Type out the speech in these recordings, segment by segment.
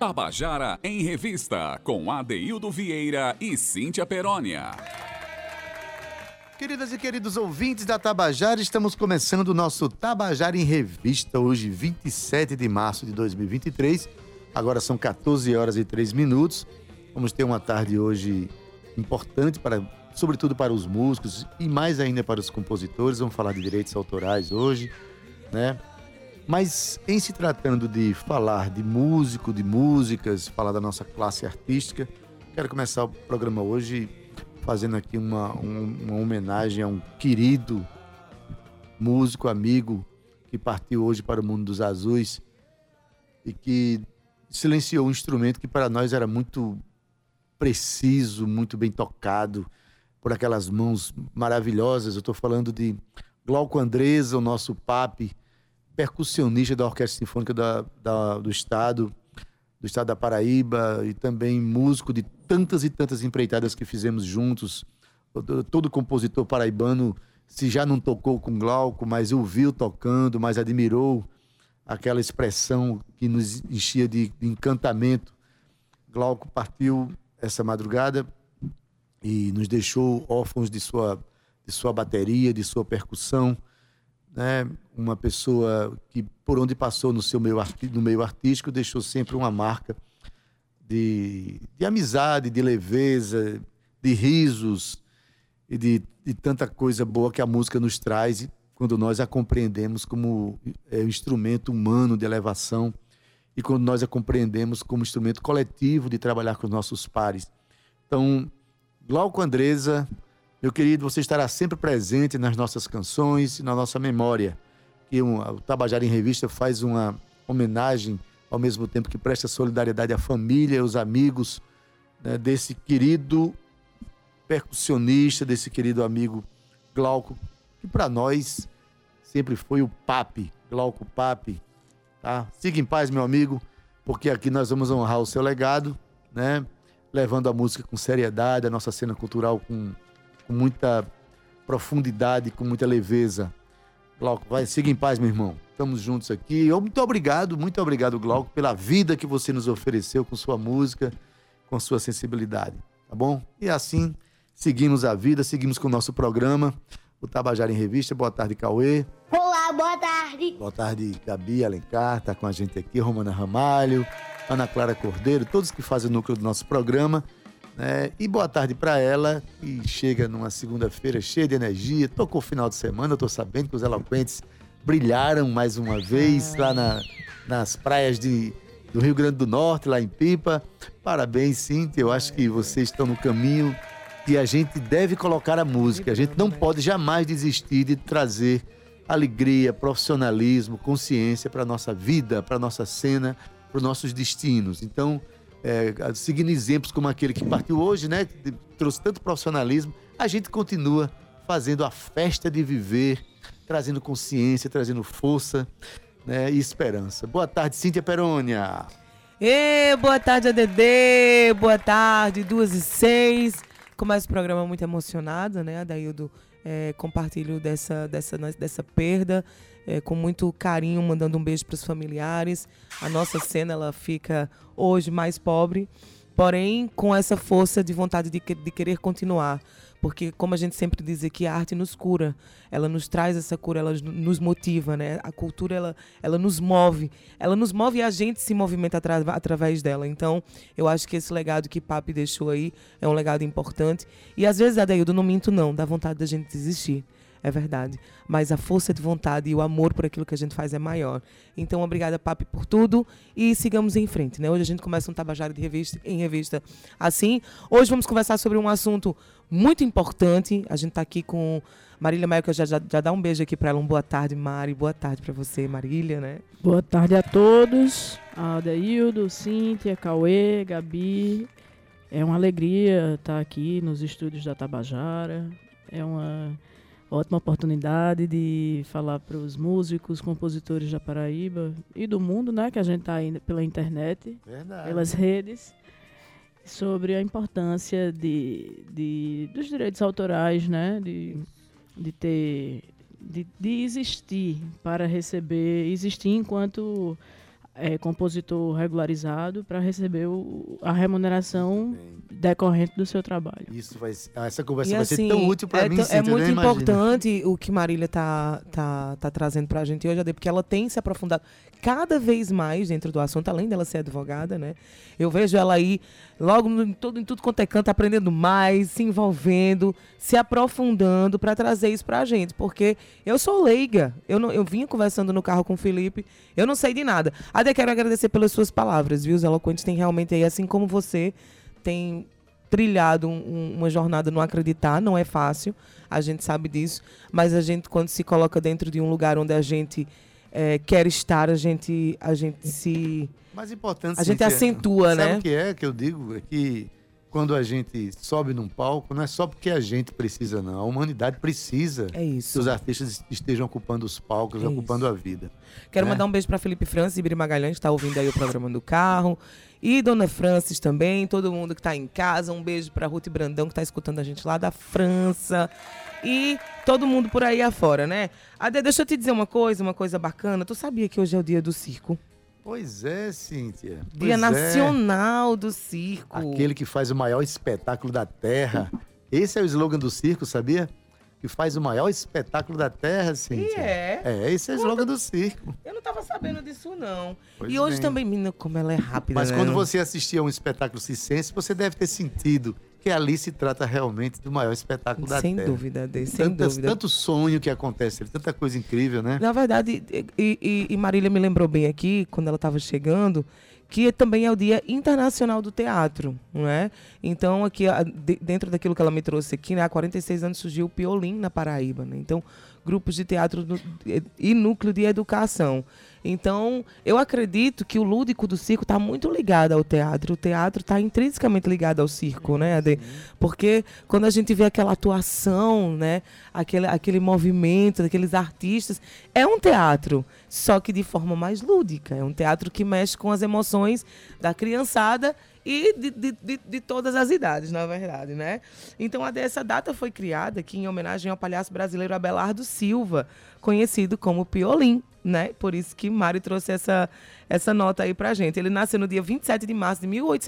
Tabajara em Revista, com Adeildo Vieira e Cíntia Perônia. Queridas e queridos ouvintes da Tabajara, estamos começando o nosso Tabajara em Revista, hoje 27 de março de 2023. Agora são 14 horas e 3 minutos. Vamos ter uma tarde hoje importante, sobretudo para os músicos e mais ainda para os compositores. Vamos falar de direitos autorais hoje, né? Mas em se tratando de falar de músico, de músicas, falar da nossa classe artística, quero começar o programa hoje fazendo aqui uma homenagem a um querido músico, amigo, que partiu hoje para o mundo dos azuis e que silenciou um instrumento que para nós era muito preciso, muito bem tocado, por aquelas mãos maravilhosas. Eu estou falando de Glauco Andreza, o nosso papi, percussionista da Orquestra Sinfônica do Estado da Paraíba, e também músico de tantas e tantas empreitadas que fizemos juntos. Todo compositor paraibano, se já não tocou com Glauco, mas ouviu tocando, mas admirou aquela expressão que nos enchia de encantamento. Glauco partiu essa madrugada e nos deixou órfãos de sua bateria, de sua percussão, né? Uma pessoa que, por onde passou no meio artístico, deixou sempre uma marca de amizade, de leveza, de risos e de tanta coisa boa que a música nos traz quando nós a compreendemos como um instrumento humano de elevação e quando nós a compreendemos como instrumento coletivo de trabalhar com os nossos pares. Então, Glauco Andreza, meu querido, você estará sempre presente nas nossas canções e na nossa memória. Que o Tabajara em Revista faz uma homenagem, ao mesmo tempo que presta solidariedade à família e aos amigos, né, desse querido percussionista, desse querido amigo Glauco, que para nós sempre foi o papi, Glauco Papi. Tá? Siga em paz, meu amigo, porque aqui nós vamos honrar o seu legado, né? Levando a música com seriedade, a nossa cena cultural com muita profundidade, com muita leveza. Glauco, siga em paz, meu irmão. Estamos juntos aqui. Muito obrigado, Glauco, pela vida que você nos ofereceu com sua música, com sua sensibilidade, tá bom? E assim, seguimos a vida, seguimos com o nosso programa, o Tabajara em Revista. Boa tarde, Cauê. Olá, boa tarde. Boa tarde, Gabi Alencar, tá com a gente aqui, Romana Ramalho, Ana Clara Cordeiro, todos que fazem o núcleo do nosso programa. E boa tarde para ela, que chega numa segunda-feira cheia de energia. Tocou o final de semana, eu tô sabendo que os eloquentes brilharam mais uma vez lá nas praias do Rio Grande do Norte, lá em Pipa. Parabéns, Cíntia, eu acho que vocês estão no caminho que a gente deve colocar a música. A gente não pode jamais desistir de trazer alegria, profissionalismo, consciência para a nossa vida, para a nossa cena, para os nossos destinos. Então, seguindo exemplos como aquele que partiu hoje, né, que trouxe tanto profissionalismo, a gente continua fazendo a festa de viver, trazendo consciência, trazendo força, né, e esperança. Boa tarde, Cíntia Perônia. Boa tarde, ADD. Boa tarde, 2h06. Começa o programa muito emocionado, né, Adeildo? Compartilho dessa perda, com muito carinho, mandando um beijo para os familiares. A nossa cena, ela fica hoje mais pobre, porém com essa força de vontade de querer continuar, porque como a gente sempre diz aqui, a arte nos cura, ela nos traz essa cura, ela nos motiva, né? A cultura, ela nos move e a gente se movimenta através dela. Então, eu acho que esse legado que Papi deixou aí é um legado importante, e às vezes, Adeildo, não minto não, dá vontade da gente desistir. É verdade, mas a força de vontade e o amor por aquilo que a gente faz é maior. Então, obrigada, Papi, por tudo, e sigamos em frente, né? Hoje a gente começa um Tabajara em Revista assim. Hoje vamos conversar sobre um assunto muito importante. A gente está aqui com Marília Maio, que eu já dá um beijo aqui para ela. Boa tarde, Mari. Boa tarde para você, Marília, né? Boa tarde a todos. Adeildo, Cíntia, Cauê, Gabi. É uma alegria estar aqui nos estúdios da Tabajara. É uma ótima oportunidade de falar para os músicos, compositores da Paraíba e do mundo, né, que a gente está aí pela internet, Verdade. Pelas redes, sobre a importância dos direitos autorais, né, de existir para receber, existir enquanto compositor regularizado para receber a remuneração decorrente do seu trabalho. Essa conversa E vai assim, ser tão útil para mim, É Cíntia, muito né? Imagina. importante o que Marília tá trazendo pra gente hoje, Ade, porque ela tem se aprofundado cada vez mais dentro do assunto, além dela ser advogada, né? Eu vejo ela aí, logo em tudo quanto é canto, aprendendo mais, se envolvendo, se aprofundando para trazer isso pra gente, porque eu sou leiga, eu vinha conversando no carro com o Felipe, eu não sei de nada. Ade, quero agradecer pelas suas palavras, viu? Os Eloquentes tem realmente aí, assim como você, tem trilhado uma jornada no acreditar, não é fácil, a gente sabe disso, mas a gente, quando se coloca dentro de um lugar onde a gente quer estar, a gente se... Mais importante, A gente Cíntia, acentua, né? Sabe o que é que eu digo? É que quando a gente sobe num palco, não é só porque a gente precisa, não. A humanidade precisa É que isso. os artistas estejam ocupando os palcos, É ocupando isso. a vida. Quero né? mandar um beijo para Felipe Francis e Biri Magalhães, que está ouvindo aí o programa do carro. E Dona Francis também, todo mundo que está em casa. Um beijo para Ruth Brandão, que está escutando a gente lá da França. E todo mundo por aí afora, né? Ade, deixa eu te dizer uma coisa bacana. Tu sabia que hoje é o dia do circo? Pois é, Cíntia. Dia Pois é. Nacional do Circo. Aquele que faz o maior espetáculo da Terra. Esse é o slogan do circo, sabia? Que faz o maior espetáculo da Terra, Cíntia. Esse é o slogan do circo. Eu não tava sabendo disso, não. Pois E hoje bem. também, menina, como ela é rápida, Mas né? quando você assistir a um espetáculo circense, você deve ter sentido que ali se trata realmente do maior espetáculo da Sem Terra. dúvida, Ade, sem dúvida. Tanto sonho que acontece, tanta coisa incrível, né? Na verdade, e Marília me lembrou bem aqui, quando ela estava chegando, que também é o Dia Internacional do Teatro, não é? Então, aqui, dentro daquilo que ela me trouxe aqui, né, há 46 anos surgiu o Piolim na Paraíba, né? Então, grupos de teatro e núcleo de educação. Então, eu acredito que o lúdico do circo está muito ligado ao teatro. O teatro está intrinsecamente ligado ao circo, né, Ade? Porque quando a gente vê aquela atuação, né, aquele movimento daqueles artistas, é um teatro, só que de forma mais lúdica. É um teatro que mexe com as emoções da criançada e de todas as idades, na verdade, né? Então, essa data foi criada aqui em homenagem ao palhaço brasileiro Abelardo Silva, conhecido como Piolim, né? Por isso que Mari trouxe essa nota aí pra gente. Ele nasceu no dia 27 de março de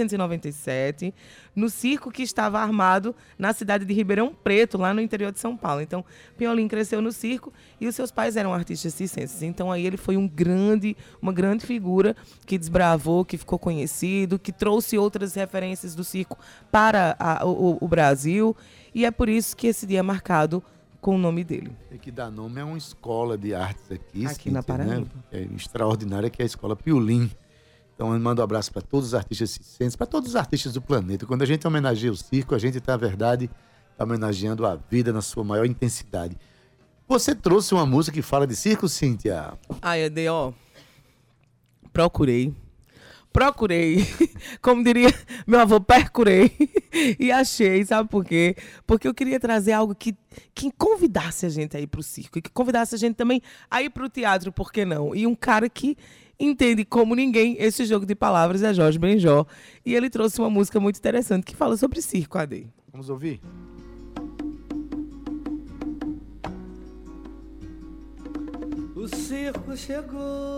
1897, no circo que estava armado na cidade de Ribeirão Preto, lá no interior de São Paulo. Então, Piolim cresceu no circo e os seus pais eram artistas circenses. Então, aí ele foi uma grande figura que desbravou, que ficou conhecido, que trouxe outras referências do circo para o Brasil. E é por isso que esse dia é marcado com o nome dele. E que dá nome a uma escola de artes aqui, Aqui na Paraíba. né? É extraordinária, que é a Escola Piolim. Então, eu mando um abraço para todos os artistas circenses, para todos os artistas do planeta. Quando a gente homenageia o circo, a gente está, na verdade, homenageando a vida na sua maior intensidade. Você trouxe uma música que fala de circo, Cíntia? Ai, Ade, procurei, como diria meu avô, percurei e achei, sabe por quê? Porque eu queria trazer algo que convidasse a gente a ir pro circo e que convidasse a gente também a ir pro teatro, por que não? E um cara que entende como ninguém esse jogo de palavras é Jorge Benjor, e ele trouxe uma música muito interessante que fala sobre circo, Ade. Vamos ouvir? O circo chegou,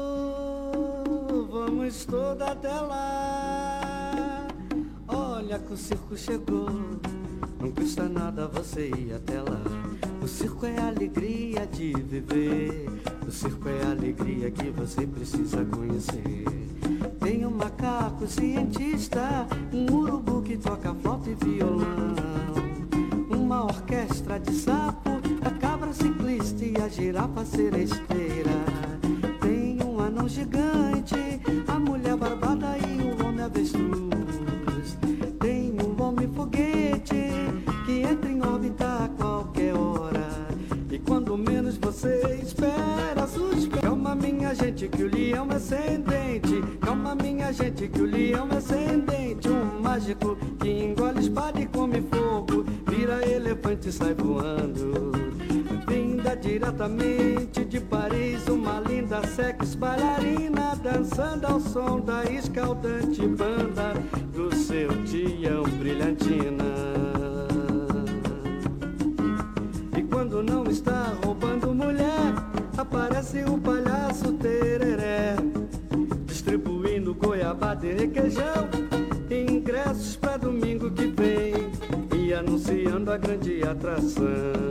vamos toda até lá. Olha que o circo chegou, não custa nada você ir até lá. O circo é a alegria de viver, o circo é a alegria que você precisa conhecer. Tem um macaco cientista, um urubu que toca flauta e violão, uma orquestra de sapo, a cabra ciclista e a girafa seresteira. Tem um anão gigante, a mulher barbada e o homem avestruz. Tem um homem foguete que entra em órbita a qualquer hora, e quando menos você espera, suspeita. Calma minha gente que o leão é ascendente, calma minha gente que o leão é ascendente. Um mágico que engole espada e come fogo, vira elefante e sai voando. Vinda diretamente de Paris, uma linda sex bailarina, dançando ao som da escaldante banda do seu Tião Brilhantina. E quando não está roubando mulher, aparece o palhaço Tereré, distribui a grande atração.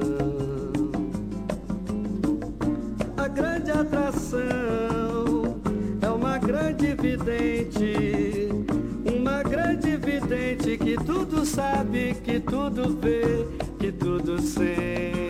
A grande atração é uma grande vidente, uma grande vidente que tudo sabe, que tudo vê, que tudo sente.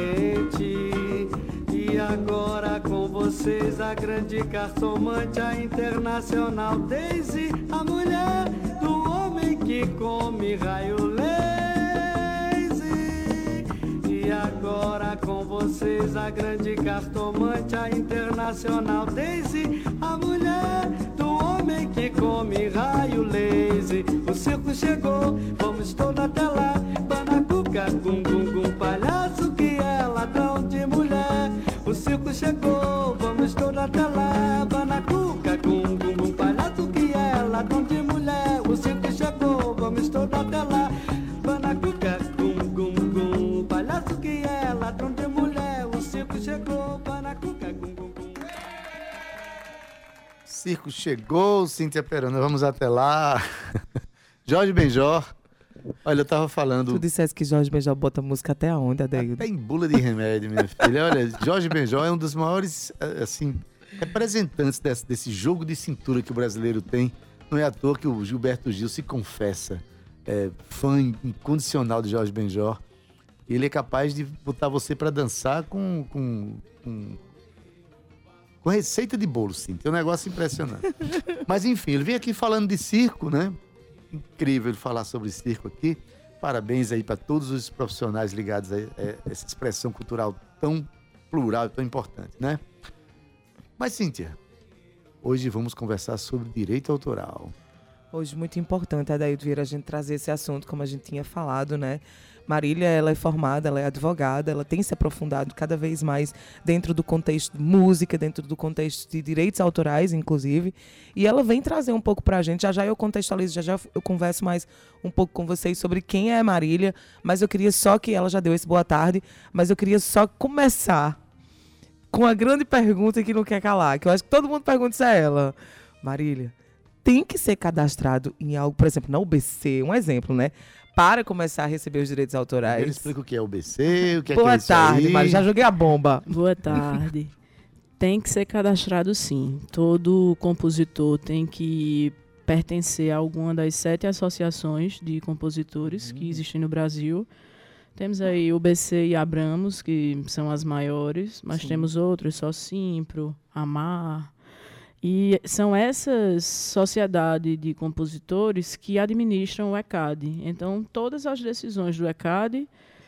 E agora com vocês a grande cartomante, a internacional Daisy, a mulher do homem que come raio laser. E agora com vocês a grande cartomante, a internacional Daisy, a mulher do homem que come raio laser. O circo chegou, vamos todos até lá. Banacuca, gum gum gum, palhaço que é ladrão de mulher. O circo chegou, vamos todos até lá. Banacuca, gum gum gum, palhaço que é ladrão de mulher. O circo chegou, vamos todos até lá. Banacuca, gum gum gum, palhaço que é ladrão de mulher. O circo chegou, Banacuca, gum gum gum. Circo chegou, Cíntia Perona, vamos até lá. Jorge Benjor. Olha, eu tava falando... Tu dissesse que Jorge Benjor bota música até aonde, Adaildo? Até em bula de remédio, minha filha. Olha, Jorge Benjor é um dos maiores, assim, representantes desse jogo de cintura que o brasileiro tem. Não é à toa que o Gilberto Gil se confessa fã incondicional de Jorge Benjor. Ele é capaz de botar você pra dançar com receita de bolo, sim. Tem um negócio impressionante. Mas, enfim, ele vem aqui falando de circo, né? Incrível ele falar sobre circo aqui. Parabéns aí para todos os profissionais ligados a essa expressão cultural tão plural e tão importante, né? Mas, Cíntia, hoje vamos conversar sobre direito autoral. Hoje muito importante, Adaildo Vieira, a gente trazer esse assunto, como a gente tinha falado, né? Marília, ela é formada, ela é advogada, ela tem se aprofundado cada vez mais dentro do contexto de música, dentro do contexto de direitos autorais, inclusive, e ela vem trazer um pouco pra gente, já eu contextualizo, já eu converso mais um pouco com vocês sobre quem é Marília, mas eu queria só que ela já deu esse boa tarde, mas eu queria só começar com a grande pergunta que não quer calar, que eu acho que todo mundo pergunta isso a ela. Marília, tem que ser cadastrado em algo, por exemplo, na UBC, um exemplo, né? Para começar a receber os direitos autorais. Ele explica o que é UBC, o que é Boa isso tarde, aí. Marília, já joguei a bomba. Boa tarde. Tem que ser cadastrado, sim. Todo compositor tem que pertencer a alguma das 7 associações de compositores que existem no Brasil. Temos aí o UBC e Abramos, que são as maiores, mas temos outros, Socimpro, Amar. E são essas sociedades de compositores que administram o ECAD. Então, todas as decisões do ECAD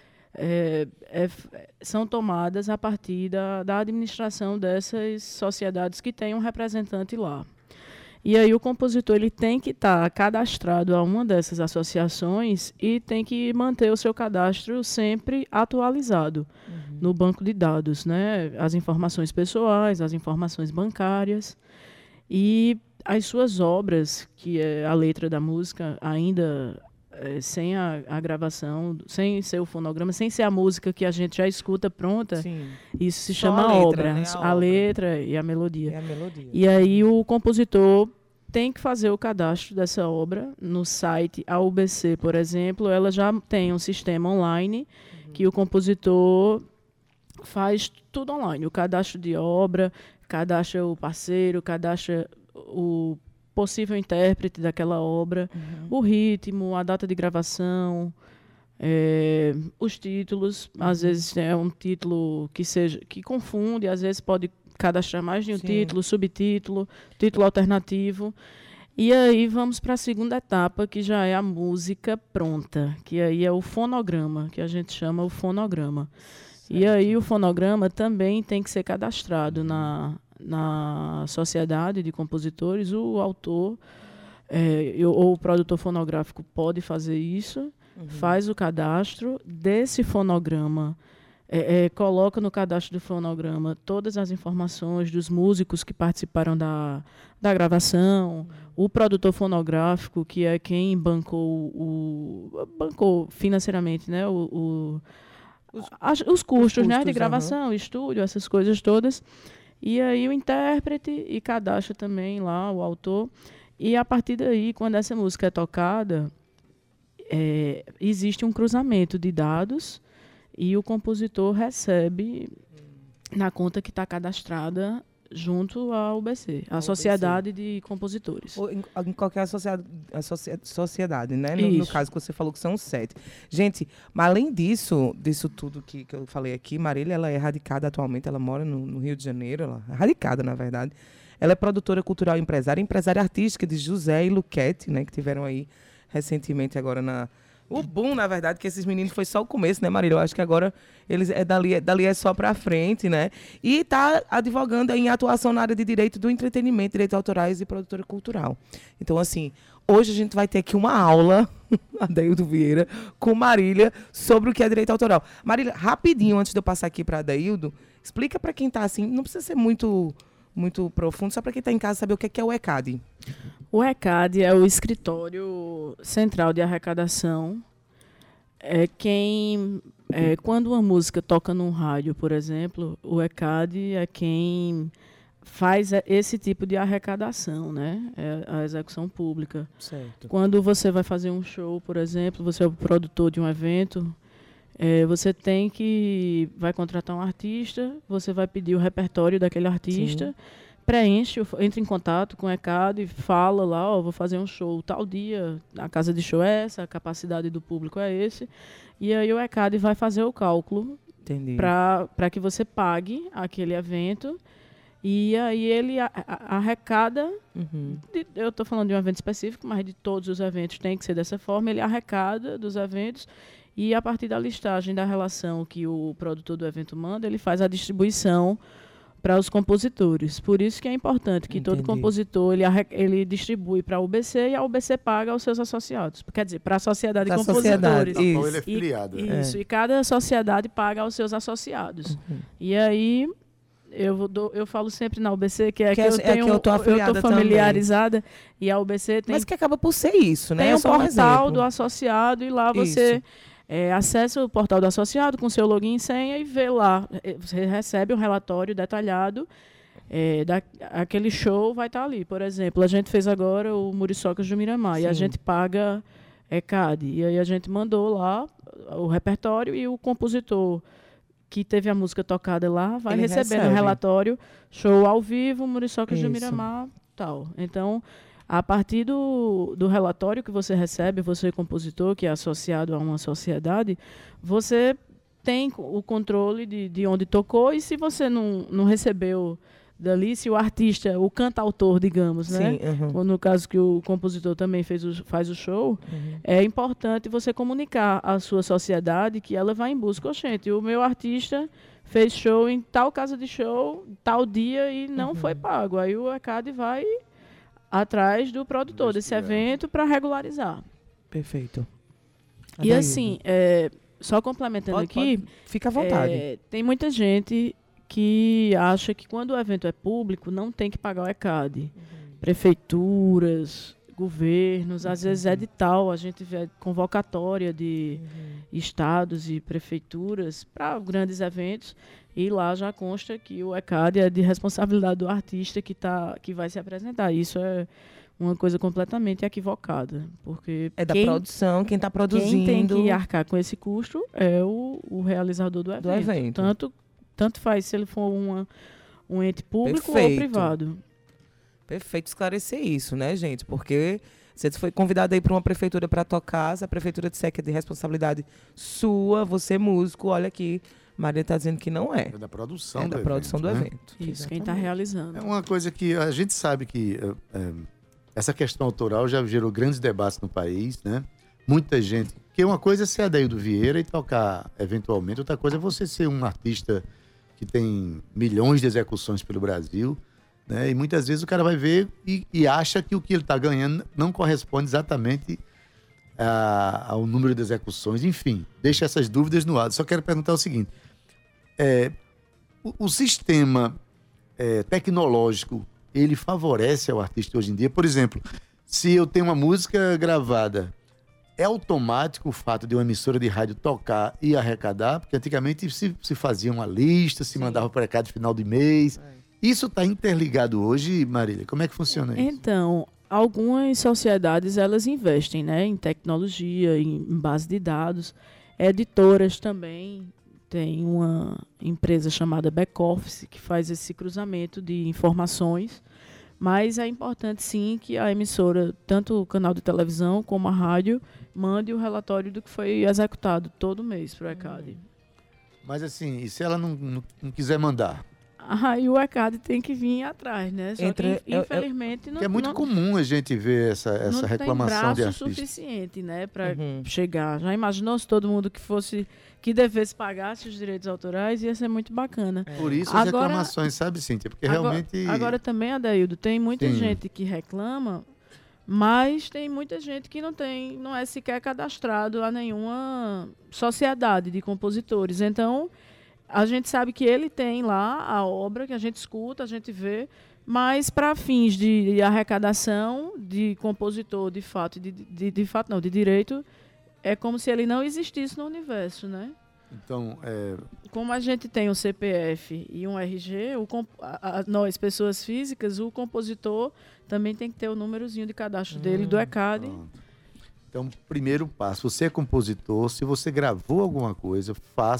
são tomadas a partir da administração dessas sociedades que têm um representante lá. E aí o compositor ele tem que estar cadastrado a uma dessas associações e tem que manter o seu cadastro sempre atualizado no banco de dados, né? As informações pessoais, as informações bancárias e as suas obras, que é a letra da música, ainda sem a gravação, sem ser o fonograma, sem ser a música que a gente já escuta pronta. Sim. Isso se Só chama a letra, obra, né? a letra e a melodia. É a melodia. E aí o compositor tem que fazer o cadastro dessa obra no site. A UBC, por exemplo, ela já tem um sistema online que o compositor faz tudo online. O cadastro de obra, cadastra o parceiro, cadastra o possível intérprete daquela obra, o ritmo, a data de gravação, os títulos. Às vezes é um título que confunde, às vezes pode cadastrar mais de um título, subtítulo, título alternativo. E aí vamos para a segunda etapa, que já é a música pronta, que aí é o fonograma, que a gente chama o fonograma. Certo. E aí o fonograma também tem que ser cadastrado na sociedade de compositores. O autor ou o produtor fonográfico pode fazer isso, faz o cadastro desse fonograma. Coloca no cadastro do fonograma todas as informações dos músicos que participaram da gravação, o produtor fonográfico, que é quem bancou financeiramente, né, os custos, né, de gravação, estúdio, essas coisas todas. E aí o intérprete e cadastra também lá o autor. E a partir daí, quando essa música é tocada, existe um cruzamento de dados e o compositor recebe na conta que está cadastrada junto à UBC, a Sociedade de Compositores. Ou em qualquer sociedade, né? No Isso. caso que você falou que são 7. Gente, mas além disso tudo que eu falei aqui, Marília, ela é radicada atualmente, ela mora no Rio de Janeiro, ela é radicada, na verdade. Ela é produtora cultural e empresária artística de José e Luquete, né? Que tiveram aí recentemente agora o boom, na verdade, que esses meninos foi só o começo, né, Marília? Eu acho que agora eles dali é só pra frente, né? E tá advogando em atuação na área de direito do entretenimento, direitos autorais e produtora cultural. Então, assim, hoje a gente vai ter aqui uma aula, Adaildo Vieira, com Marília, sobre o que é direito autoral. Marília, rapidinho, antes de eu passar aqui pra Adaildo, explica pra quem tá assim, não precisa ser muito profundo, só para quem está em casa saber o que é o ECAD. O ECAD é o Escritório Central de Arrecadação. Quando uma música toca num rádio, por exemplo, o ECAD é quem faz esse tipo de arrecadação, né? É a execução pública. Certo. Quando você vai fazer um show, por exemplo, você é o produtor de um evento, você vai contratar um artista, você vai pedir o repertório daquele artista, sim, preenche, entra em contato com o ECAD e fala lá, vou fazer um show tal dia, a casa de show é essa, a capacidade do público é esse, e aí o ECAD vai fazer o cálculo para que você pague aquele evento, e aí ele arrecada, eu estou falando de um evento específico, mas de todos os eventos tem que ser dessa forma, ele arrecada dos eventos. E a partir da listagem da relação que o produtor do evento manda, ele faz a distribuição para os compositores. Por isso que é importante que todo compositor ele distribui para a UBC e a UBC paga aos seus associados. Quer dizer, para a sociedade de compositores. Isso. Ele é filiado. Isso, e cada sociedade paga aos seus associados. E aí, eu falo sempre na UBC que eu estou familiarizada também. E a UBC tem... Mas que acaba por ser isso, né? Tem um portal do associado e lá você... acessa o portal do associado com seu login e senha e vê lá. Você recebe um relatório detalhado. Aquele show vai estar ali. Por exemplo, a gente fez agora o Muriçocas do Miramar. Sim. E a gente paga ECAD. E aí a gente mandou lá o repertório e o compositor que teve a música tocada lá vai receber no relatório show ao vivo, Muriçocas do Miramar, tal. Então... A partir do relatório que você recebe, você compositor, que é associado a uma sociedade, você tem o controle de onde tocou, e se você não recebeu dali, se o artista, o cantautor, digamos, né? Ou no caso que o compositor também faz o show, é importante você comunicar à sua sociedade que ela vai em busca. Oxente, o meu artista fez show em tal casa de show, tal dia, e não foi pago. Aí o ECAD vai... atrás do produtor desse evento para regularizar. Perfeito. E assim, só complementando aqui... Fica à vontade. Tem muita gente que acha que quando o evento é público, não tem que pagar o ECAD. Prefeituras, governos, às vezes edital, a gente vê convocatória de estados e prefeituras para grandes eventos, e lá já consta que o ECAD é de responsabilidade do artista que vai se apresentar. Isso é uma coisa completamente equivocada, porque da produção, quem está produzindo. Quem tem que arcar com esse custo é o realizador do evento. Tanto faz se ele for um ente público ou privado. Perfeito esclarecer isso, né, gente? Porque você foi convidado aí para uma prefeitura para tocar, se a prefeitura disser que é de responsabilidade sua, você músico, olha aqui, Maria está dizendo que não é. É da produção do evento. Isso, quem está realizando. É uma coisa que a gente sabe que essa questão autoral já gerou grandes debates no país, né? Muita gente... Porque uma coisa é ser Adaildo Vieira e tocar eventualmente, outra coisa é você ser um artista que tem milhões de execuções pelo Brasil, né? E muitas vezes o cara vai ver e acha que o que ele está ganhando não corresponde exatamente ao número de execuções. Enfim, deixa essas dúvidas no ar. Só quero perguntar o seguinte: o sistema tecnológico, ele favorece ao artista hoje em dia? Por exemplo, se eu tenho uma música gravada, é automático o fato de uma emissora de rádio tocar e arrecadar? Porque antigamente se fazia uma lista, se mandava para o recado final de mês. Isso está interligado hoje, Marília? Como é que funciona isso? Então, algumas sociedades elas investem, né, em tecnologia, em base de dados. Editoras também. Tem uma empresa chamada Back Office que faz esse cruzamento de informações. Mas é importante, sim, que a emissora, tanto o canal de televisão como a rádio, mande o relatório do que foi executado todo mês para o ECAD. Mas assim, e se ela não quiser mandar? Aí o ECAD tem que vir atrás, né? Só que, infelizmente, não... Porque é muito comum a gente ver essa reclamação de artista. Não tem braço suficiente, né, para chegar. Já imaginou se todo mundo que devesse pagasse os direitos autorais? Ia ser muito bacana. Por isso as reclamações, sabe, Cíntia? Porque realmente... Agora também, Adaildo, tem muita gente que reclama, mas tem muita gente que não é sequer cadastrado a nenhuma sociedade de compositores. Então... a gente sabe que ele tem lá a obra, que a gente escuta, a gente vê, mas para fins de arrecadação de compositor, de fato, de direito, é como se ele não existisse no universo, né? Então, como a gente tem um CPF e um RG, nós, pessoas físicas, o compositor também tem que ter o númerozinho de cadastro dele, do ECAD. Pronto. Então, primeiro passo, você é compositor, se você gravou alguma coisa,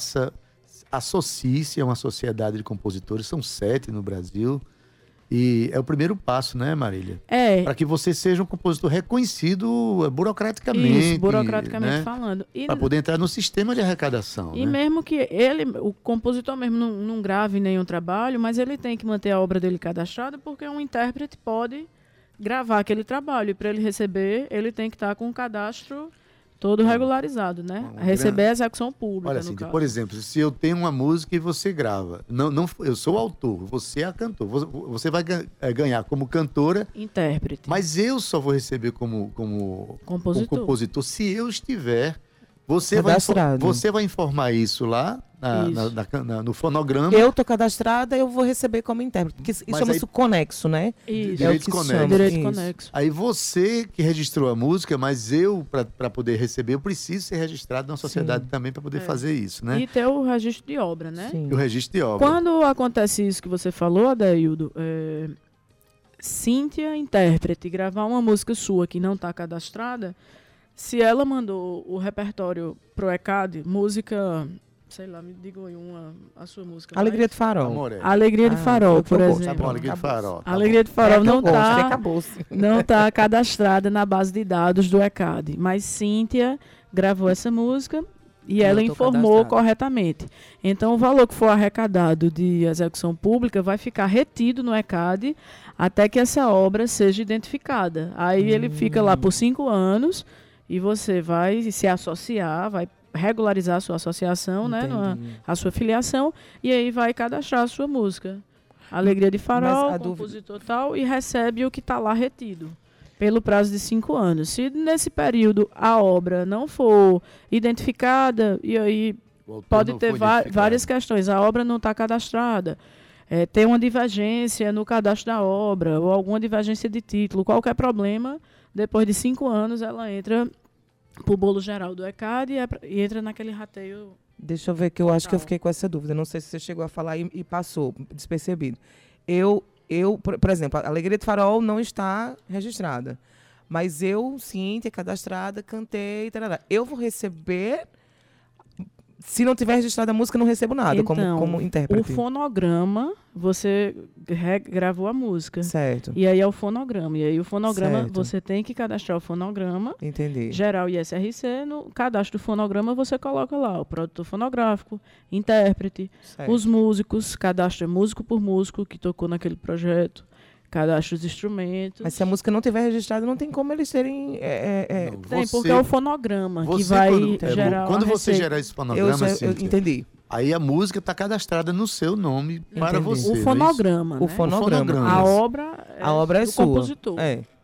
associe-se a uma sociedade de compositores, são 7 no Brasil, e é o primeiro passo, né, Marília? Para que você seja um compositor reconhecido burocraticamente. Isso, burocraticamente, né? Falando. Para poder entrar no sistema de arrecadação. E né? mesmo que o compositor mesmo não grave nenhum trabalho, mas ele tem que manter a obra dele cadastrada, porque um intérprete pode gravar aquele trabalho, e para ele receber, ele tem que estar com o cadastro todo regularizado, né? Receber a execução pública, olha, assim, por exemplo, se eu tenho uma música e você grava, eu sou o autor, você é a cantora, você vai ganhar como cantora, intérprete. Mas eu só vou receber como compositor se eu estiver. Você vai informar isso lá no fonograma. Eu estou cadastrada, eu vou receber como intérprete. Porque isso chama-se conexo, né? Isso. Direito conexo. Direito conexo. Aí você que registrou a música, mas eu, para poder receber, eu preciso ser registrado na sociedade também para poder fazer isso, né? E ter o registro de obra, né? Sim. E o registro de obra. Quando acontece isso que você falou, Adaildo, Cíntia, intérprete, gravar uma música sua que não está cadastrada, se ela mandou o repertório pro ECAD, música, sei lá, me diga aí a sua música. Alegria de Farol. Alegria de Farol, por exemplo. Alegria de Farol. Alegria de Farol não tá cadastrada na base de dados do ECAD, mas Cíntia gravou essa música e ela informou corretamente. Então, o valor que for arrecadado de execução pública vai ficar retido no ECAD até que essa obra seja identificada. Aí ele fica lá por 5 anos. E você vai se associar, vai regularizar a sua associação, né, a sua filiação, e aí vai cadastrar a sua música. Alegria de Farol, compositor tal, e recebe o que está lá retido, pelo prazo de 5 anos. Se nesse período a obra não for identificada, e aí pode ter várias questões, a obra não está cadastrada, tem uma divergência no cadastro da obra, ou alguma divergência de título, qualquer problema, depois de 5 anos ela entra pro bolo geral do ECAD e entra naquele rateio. Deixa eu ver, que eu acho que eu fiquei com essa dúvida. Não sei se você chegou a falar e passou despercebido. Por exemplo, a Alegria de Farol não está registrada. Mas eu, Cíntia, cadastrada, cantei, tarará. Eu vou receber... Se não tiver registrada a música, eu não recebo nada, então, como intérprete. O fonograma, você gravou a música. Certo. E aí é o fonograma. E aí o fonograma, você tem que cadastrar o fonograma. Entendi. Geral e SRC. No cadastro do fonograma, você coloca lá o produtor fonográfico, intérprete, os músicos, cadastra músico por músico que tocou naquele projeto. Cadastra os instrumentos. Mas se a música não tiver registrada, não tem como eles serem... Tem, porque é o fonograma que vai gerar quando você gerar esse fonograma, eu entendi. Aí a música está cadastrada no seu nome para você. O fonograma, né? O fonograma. A obra é do sua. Compositor.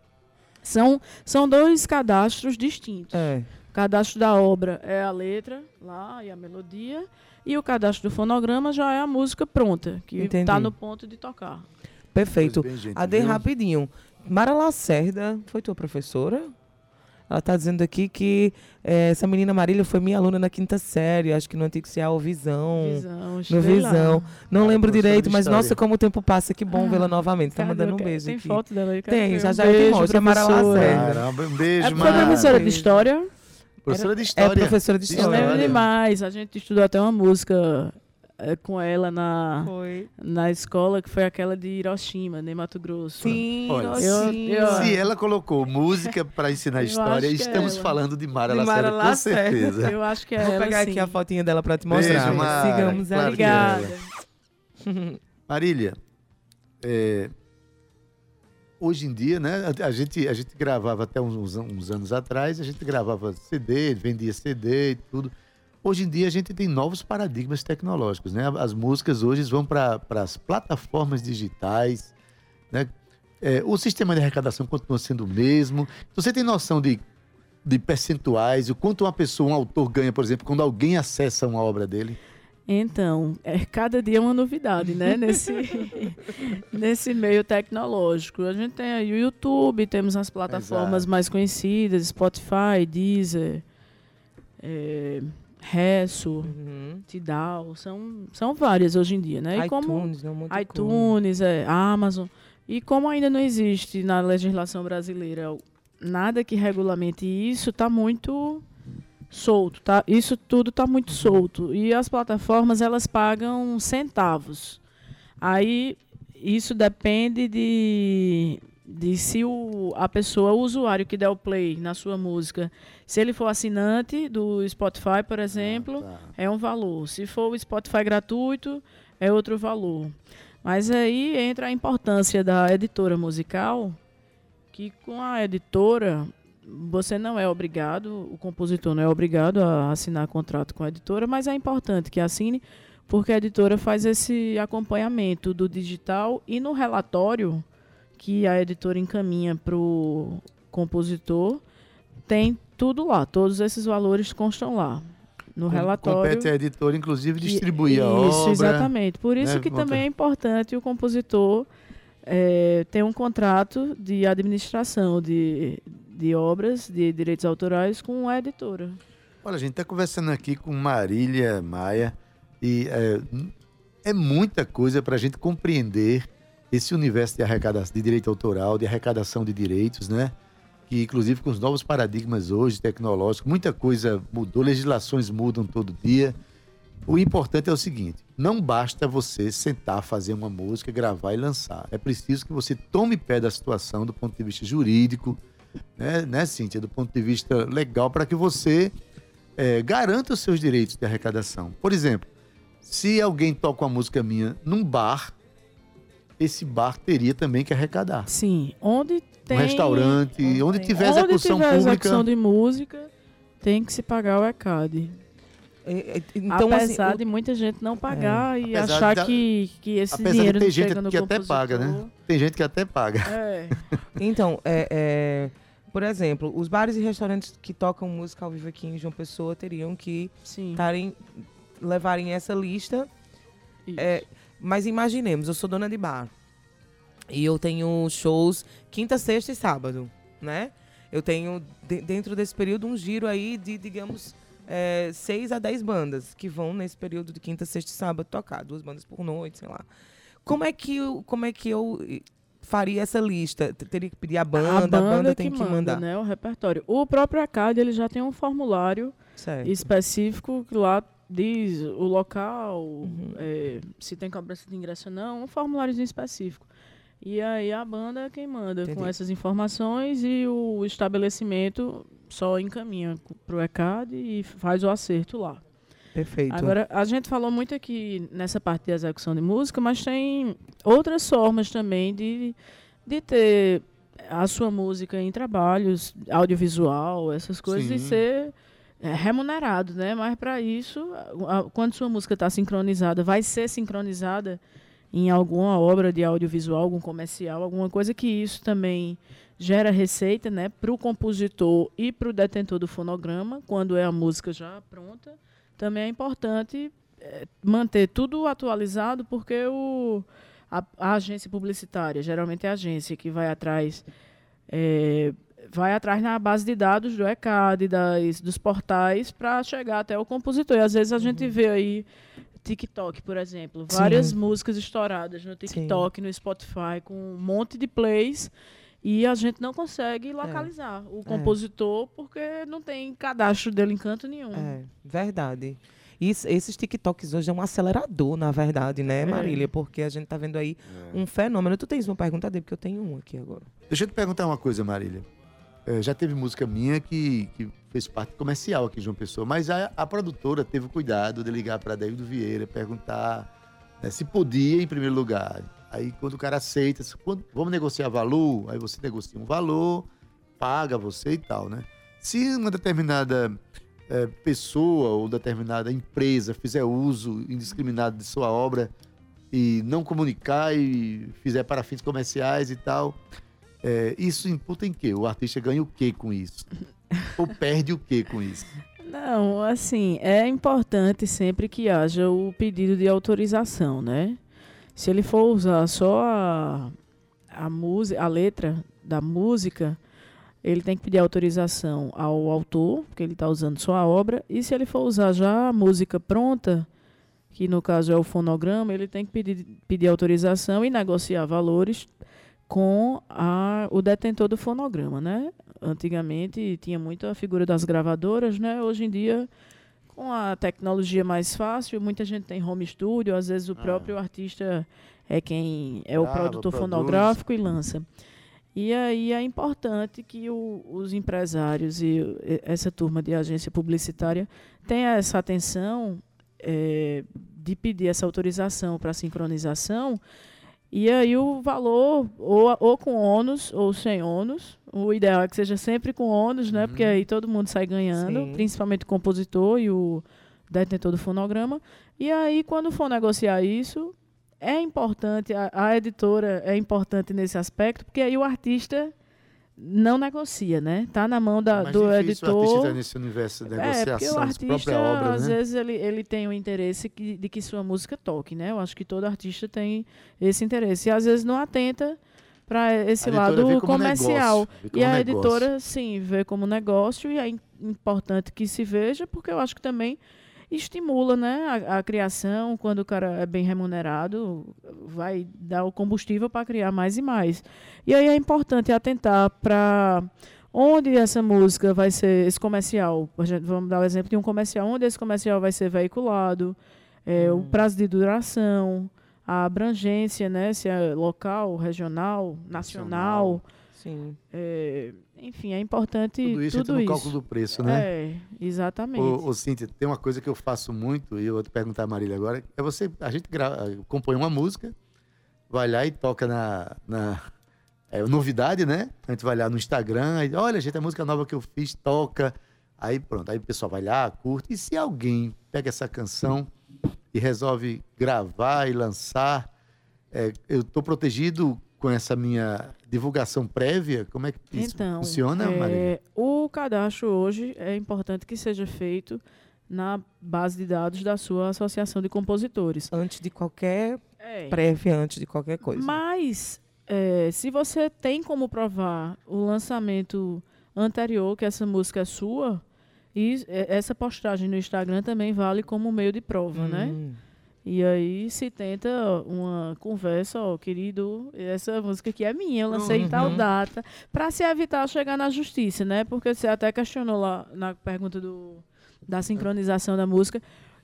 São 2 cadastros distintos. O cadastro da obra é a letra lá e a melodia. E o cadastro do fonograma já é a música pronta, que está no ponto de tocar. Perfeito. Rapidinho. Mara Lacerda foi tua professora? Ela está dizendo aqui que essa menina Marília foi minha aluna na 5ª série, acho que no antigo CIAL Visão. No Visão. Não lembro direito, mas nossa, como o tempo passa, que bom vê-la novamente. Tá mandando um beijo tem aqui. Tem foto dela aí? Tem, já eu te mostro. É Mara Lacerda. Caramba, um beijo, Foi professora de História? Professora de História. É professora de História. Eu lembro demais. A gente estudou até uma música com ela na escola, que foi aquela de Hiroshima, em Mato Grosso. Sim, olha, Hiroshima. Se ela colocou música para ensinar história, estamos falando de Mara Lacerda, com certeza. Eu acho que é Vou ela, pegar sim. aqui a fotinha dela para te mostrar. Beijo, Mara. Sigamos Claro que Obrigada. Marília, hoje em dia, né, a gente gravava até uns anos atrás, a gente gravava CD, vendia CD e tudo. Hoje em dia a gente tem novos paradigmas tecnológicos, né? As músicas hoje vão para as plataformas digitais, né? O sistema de arrecadação continua sendo o mesmo. Você tem noção de percentuais, o quanto um autor ganha, por exemplo, quando alguém acessa uma obra dele? Então, cada dia é uma novidade, né? Nesse meio tecnológico. A gente tem aí o YouTube, temos as plataformas mais conhecidas, Spotify, Deezer, Resso, Tidal, são várias hoje em dia, né? E iTunes, Amazon. E como ainda não existe na legislação brasileira nada que regulamente isso, está muito solto, tá? Isso tudo está muito solto. E as plataformas, elas pagam centavos. Aí, isso depende de se a pessoa, o usuário que der o play na sua música, se ele for assinante do Spotify, por exemplo, é um valor. Se for o Spotify gratuito, é outro valor. Mas aí entra a importância da editora musical, que com a editora, você não é obrigado, o compositor não é obrigado a assinar contrato com a editora, mas é importante que assine, porque a editora faz esse acompanhamento do digital e no relatório que a editora encaminha para o compositor, tem tudo lá, todos esses valores constam lá. No relatório. Compete à editora, inclusive, distribuir a obra. Isso, exatamente. Por isso, né, que também é importante o compositor ter um contrato de administração de obras, de direitos autorais com a editora. Olha, a gente está conversando aqui com Marília Maia e é muita coisa para a gente compreender esse universo de arrecadação de direito autoral, de arrecadação de direitos, né? Que, inclusive, com os novos paradigmas hoje, tecnológicos, muita coisa mudou, legislações mudam todo dia. O importante é o seguinte, não basta você sentar, fazer uma música, gravar e lançar. É preciso que você tome pé da situação do ponto de vista jurídico, né, Cíntia? Do ponto de vista legal, para que você garanta os seus direitos de arrecadação. Por exemplo, se alguém toca uma música minha num bar, esse bar teria também que arrecadar. Sim, onde tem... Um restaurante, onde tiver execução pública... Onde tiver execução de música, tem que se pagar o ECAD. Então, apesar de muita gente não pagar e achar que esse dinheiro não chega no compositor. Até paga, né? Tem gente que até paga. Então, por exemplo, os bares e restaurantes que tocam música ao vivo aqui em João Pessoa teriam que levarem essa lista. Mas imaginemos, eu sou dona de bar e eu tenho shows quinta, sexta e sábado, né? Eu tenho, dentro desse período, um giro aí de, digamos, 6 a 10 bandas que vão nesse período de quinta, sexta e sábado tocar. 2 bandas por noite, sei lá. Como é que eu faria essa lista? Teria que pedir a banda tem que mandar. Né, o repertório. O próprio ECAD, ele já tem um formulário específico que lá diz o local, se tem cobrança de ingresso ou não, um formuláriozinho específico. E aí a banda é quem manda. Entendi. Com essas informações e o estabelecimento só encaminha para o ECAD e faz o acerto lá. Perfeito. Agora, a gente falou muito aqui nessa parte de execução de música, mas tem outras formas também de ter a sua música em trabalhos, audiovisual, essas coisas, Sim. e ser remunerado, né? Mas para isso, quando sua música está sincronizada, vai ser sincronizada em alguma obra de audiovisual, algum comercial, alguma coisa que isso também gera receita, né, para o compositor e para o detentor do fonograma, quando é a música já pronta. Também é importante manter tudo atualizado, porque a agência publicitária, geralmente é a agência que vai atrás vai atrás na base de dados do ECAD, dos portais, para chegar até o compositor. E às vezes a gente vê aí TikTok, por exemplo, várias músicas estouradas no TikTok, no Spotify, com um monte de plays, e a gente não consegue localizar o compositor porque não tem cadastro dele em canto nenhum. É, verdade. Esses TikToks hoje é um acelerador, na verdade, né, Marília? Porque a gente tá vendo aí um fenômeno. Tu tens uma pergunta dele, porque eu tenho um aqui agora. Deixa eu te perguntar uma coisa, Marília. Já teve música minha que fez parte comercial aqui em João Pessoa, mas a produtora teve o cuidado de ligar para Adaildo Vieira, perguntar, né, se podia em primeiro lugar. Aí quando o cara aceita, vamos negociar valor, aí você negocia um valor, paga você e tal, né? Se uma determinada pessoa ou determinada empresa fizer uso indiscriminado de sua obra e não comunicar e fizer para fins comerciais e tal, isso imputa em quê? O artista ganha o quê com isso? Ou perde o quê com isso? Não, assim, é importante sempre que haja o pedido de autorização, né? Se ele for usar só a letra da música, ele tem que pedir autorização ao autor, porque ele está usando só a obra, e se ele for usar já a música pronta, que no caso é o fonograma, ele tem que pedir autorização e negociar valores com o detentor do fonograma, né? Antigamente tinha muito a figura das gravadoras, né? Hoje em dia, com a tecnologia mais fácil, muita gente tem home studio, às vezes o próprio artista é quem é o produtor fonográfico e lança. E aí é importante que os empresários e essa turma de agência publicitária tenha essa atenção de pedir essa autorização para sincronização. E aí o valor, ou com ônus ou sem ônus, o ideal é que seja sempre com ônus, né? Porque aí todo mundo sai ganhando, principalmente o compositor e o detentor do fonograma. E aí, quando for negociar isso, é importante, a editora é importante nesse aspecto, porque aí o artista não negocia, né? Tá na mão do editor. O artista nesse universo de negociação, porque o artista, própria obra, às né? vezes, ele tem o interesse de que sua música toque, né? Eu acho que todo artista tem esse interesse. E às vezes não atenta para esse lado comercial. E a editora, sim, vê como negócio, e é importante que se veja, porque eu acho que também estimula, né, a criação. Quando o cara é bem remunerado, vai dar o combustível para criar mais e mais. E aí é importante atentar para onde essa música vai ser, esse comercial. Vamos dar o exemplo de um comercial, onde esse comercial vai ser veiculado, o prazo de duração, a abrangência, né, se é local, regional, nacional. Sim. Enfim, é importante tudo isso entra no cálculo do preço, né? Exatamente. Ô, Cíntia, tem uma coisa que eu faço muito, e eu vou te perguntar a Marília agora, a gente compõe uma música, vai lá e toca novidade, né? A gente vai lá no Instagram, aí, olha, gente, a música nova que eu fiz, toca, aí pronto, aí o pessoal vai lá, curte, e se alguém pega essa canção e resolve gravar e lançar, eu estou protegido com essa minha divulgação prévia? Como é que isso funciona, Marília? O cadastro hoje é importante que seja feito na base de dados da sua associação de compositores. Antes de qualquer prévia, antes de qualquer coisa. Mas, se você tem como provar o lançamento anterior, que essa música é sua, e essa postagem no Instagram também vale como meio de prova, né? E aí se tenta uma conversa, querido, essa música aqui é minha, eu lancei em tal data, para se evitar chegar na justiça, né? Porque você até questionou lá na pergunta da sincronização da música.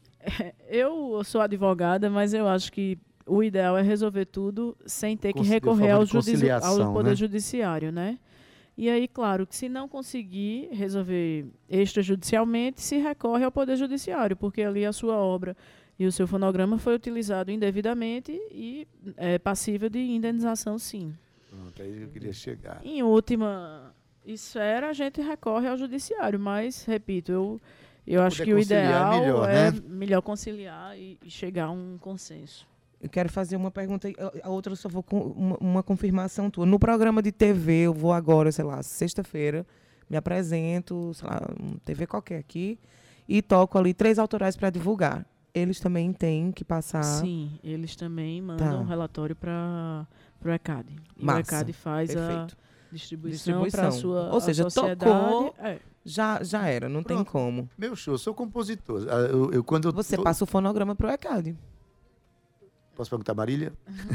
Eu sou advogada, mas eu acho que o ideal é resolver tudo sem ter que recorrer ao Poder Judiciário, né? E aí, claro, que se não conseguir resolver extrajudicialmente, se recorre ao Poder Judiciário, porque ali a sua obra e o seu fonograma foi utilizado indevidamente e é passível de indenização, sim. Pronto, aí eu queria chegar. Em última esfera, a gente recorre ao judiciário, mas, repito, eu acho que o ideal é melhor conciliar e chegar a um consenso. Eu quero fazer uma pergunta, a outra eu só vou com uma confirmação tua. No programa de TV, eu vou agora, sei lá, sexta-feira, me apresento, sei lá, TV qualquer aqui, e toco ali 3 autorais para divulgar. Eles também têm que passar... Sim, eles também mandam um relatório para o ECAD. E o ECAD faz distribuição para a sua Ou seja, sociedade. tocou, já era, não tem Pronto. como. Meu show, eu sou compositor. Quando Você passa o fonograma pro ECAD. Posso perguntar, Marília?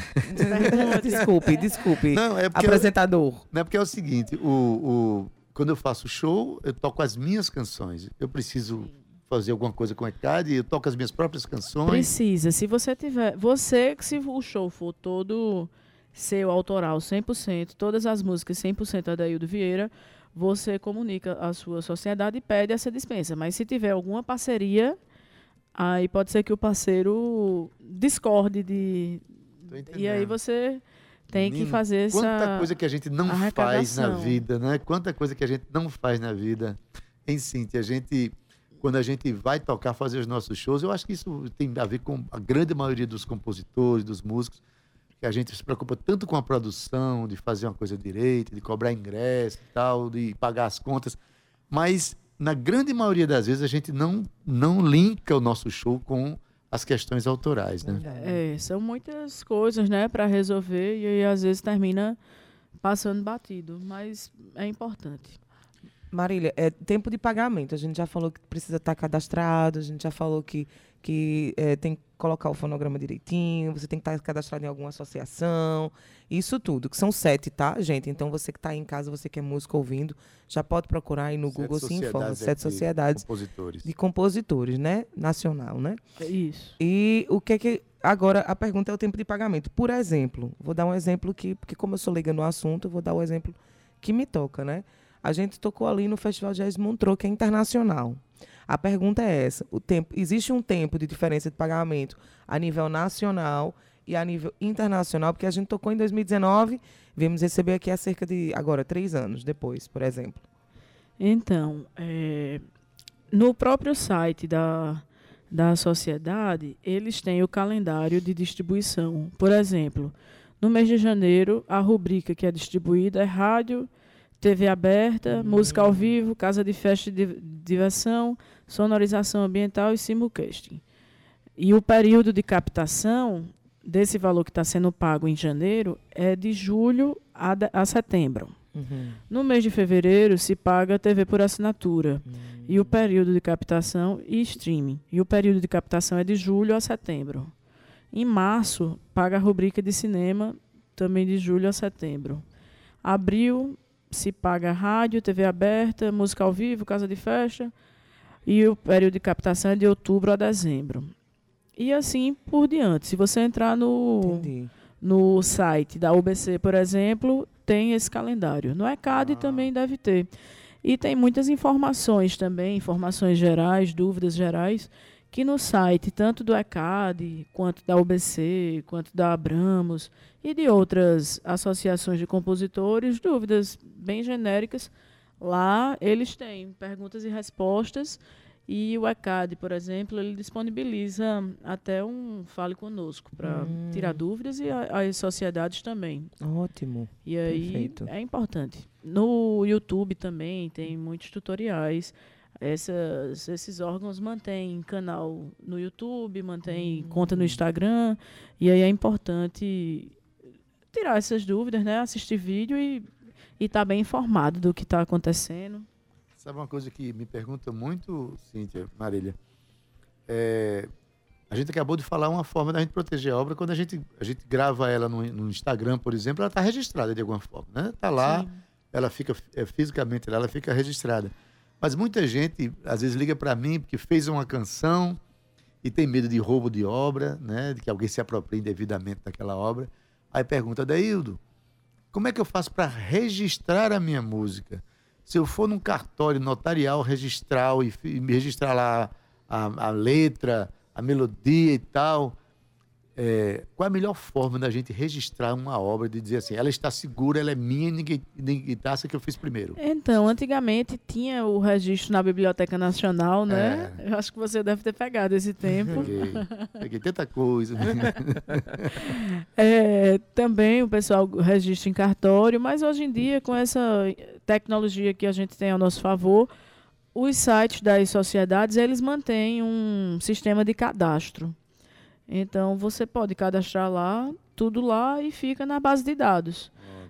Desculpe. Não, é porque apresentador. Não é porque é o seguinte, quando eu faço show, eu toco as minhas canções. Eu preciso fazer alguma coisa com o ECAD, eu toco as minhas próprias canções. Precisa. Se você tiver... se o show for todo seu, autoral, 100%, todas as músicas 100% Adaildo Vieira, você comunica à sua sociedade e pede essa dispensa. Mas se tiver alguma parceria, aí pode ser que o parceiro discorde de... E aí você tem que fazer quanta coisa que a gente não faz na arrecadação. vida, né? Quanta coisa que a gente não faz na vida. Em Cíntia, quando a gente vai tocar, fazer os nossos shows, eu acho que isso tem a ver com a grande maioria dos compositores, dos músicos, que a gente se preocupa tanto com a produção, de fazer uma coisa direita, de cobrar ingresso e tal, de pagar as contas, mas na grande maioria das vezes a gente não linka o nosso show com as questões autorais, né? São muitas coisas, né, para resolver e aí às vezes termina passando batido, mas é importante. Marília, tempo de pagamento. A gente já falou que precisa estar cadastrado, a gente já falou que tem que colocar o fonograma direitinho, você tem que estar cadastrado em alguma associação, isso tudo, que são 7, tá, gente? Então, você que está aí em casa, você que é músico ouvindo, já pode procurar aí no Google, se informa. 7 sociedades de compositores, né? Nacional, né? Isso. E o que agora, a pergunta é o tempo de pagamento. Por exemplo, vou dar um exemplo porque como eu sou leiga no assunto, eu vou dar o exemplo que me toca, né? A gente tocou ali no Festival Jazz Montreux, que é internacional. A pergunta é essa: existe um tempo de diferença de pagamento a nível nacional e a nível internacional? Porque a gente tocou em 2019, viemos receber aqui há cerca de, agora, 3 anos depois, por exemplo. Então, no próprio site da sociedade, eles têm o calendário de distribuição. Por exemplo, no mês de janeiro, a rubrica que é distribuída é rádio, TV aberta, música ao vivo, casa de festa e diversão, sonorização ambiental e simulcasting. E o período de captação desse valor que está sendo pago em janeiro é de julho a setembro. No mês de fevereiro se paga TV por assinatura. E o período de captação e streaming. E o período de captação é de julho a setembro. Em março, paga a rubrica de cinema, também de julho a setembro. Abril se paga rádio, TV aberta, música ao vivo, casa de festa, e o período de captação é de outubro a dezembro. E assim por diante. Se você entrar no site da UBC, por exemplo, tem esse calendário. No ECAD também deve ter. E tem muitas informações também, informações gerais, dúvidas gerais, que no site, tanto do ECAD, quanto da UBC, quanto da Abramos e de outras associações de compositores, dúvidas bem genéricas, lá eles têm perguntas e respostas e o ECAD, por exemplo, ele disponibiliza até um Fale Conosco para tirar dúvidas e as sociedades também. Ótimo. E aí Perfeito. É importante. No YouTube também tem muitos tutoriais. Esses órgãos mantêm canal no YouTube, mantêm conta no Instagram, e aí é importante tirar essas dúvidas, né? Assistir vídeo e estar bem informado do que está acontecendo. Sabe uma coisa que me pergunta muito, Cíntia, Marília? A gente acabou de falar uma forma da gente proteger a obra. Quando a gente grava ela no Instagram, por exemplo, ela está registrada de alguma forma, né? Está lá, sim. Ela fica fisicamente lá, ela fica registrada. Mas muita gente, às vezes, liga para mim porque fez uma canção e tem medo de roubo de obra, né? De que alguém se aproprie indevidamente daquela obra. Aí pergunta, Adaildo, como é que eu faço para registrar a minha música? Se eu for num cartório notarial registrar e registrar lá a letra, a melodia e tal, qual é a melhor forma da gente registrar uma obra, de dizer assim, ela está segura, ela é minha e ninguém taça que eu fiz primeiro? Então, antigamente tinha o registro na Biblioteca Nacional, né? Eu acho que você deve ter pegado esse tempo. Peguei tanta coisa. Também o pessoal registra em cartório, mas hoje em dia, com essa tecnologia que a gente tem ao nosso favor, os sites das sociedades, eles mantêm um sistema de cadastro. Então, você pode cadastrar lá, tudo lá, e fica na base de dados.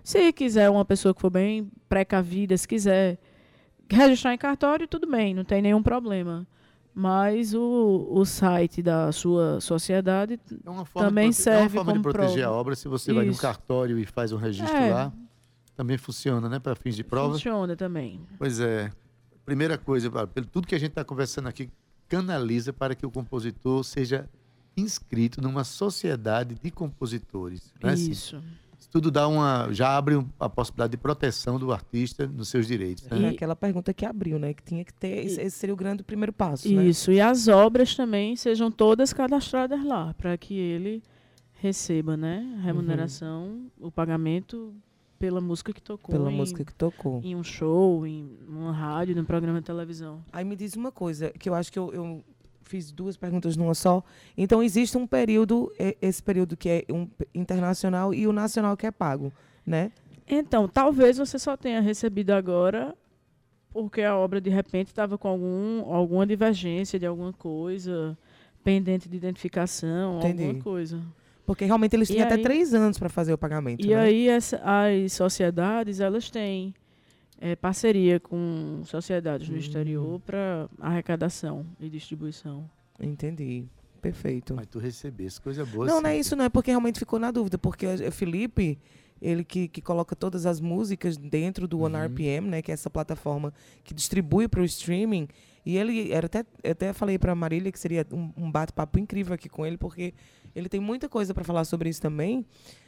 Se quiser uma pessoa que for bem precavida, se quiser registrar em cartório, tudo bem, não tem nenhum problema. Mas o site da sua sociedade também serve como de proteger prova. a obra. Se você vai num Isso. cartório e faz um registro lá, também funciona, né? Para fins de prova. Funciona também. Pois é. Primeira coisa, pelo tudo que a gente está conversando aqui, canaliza para que o compositor seja inscrito numa sociedade de compositores. Né? Isso. Isso tudo já abre a possibilidade de proteção do artista nos seus direitos. Né? É aquela pergunta que abriu, né? Que tinha que ter. Esse seria o grande primeiro passo. Né? Isso. E as obras também sejam todas cadastradas lá, para que ele receba, né? A remuneração, o pagamento pela música que tocou. Pela música que tocou. Em um show, em uma rádio, num programa de televisão. Aí me diz uma coisa, que eu acho que eu fiz 2 perguntas numa só. Então, existe um período, esse período que é internacional e o nacional que é pago, né? Então, talvez você só tenha recebido agora porque a obra, de repente, estava com alguma divergência de alguma coisa, pendente de identificação, Entendi. alguma coisa. Porque realmente eles tinham até aí- 3 anos para fazer o pagamento. E né? aí as sociedades, elas têm parceria com sociedades no exterior para arrecadação e distribuição. Entendi. Perfeito. Mas tu recebesse coisa boa. Não, não é Cíntia. isso, não. É porque realmente ficou na dúvida. Porque o Felipe, ele que coloca todas as músicas dentro do OneRPM, né? Que é essa plataforma que distribui para o streaming. E ele, até falei para a Marília que seria um bate-papo incrível aqui com ele, porque ele tem muita coisa para falar sobre isso também.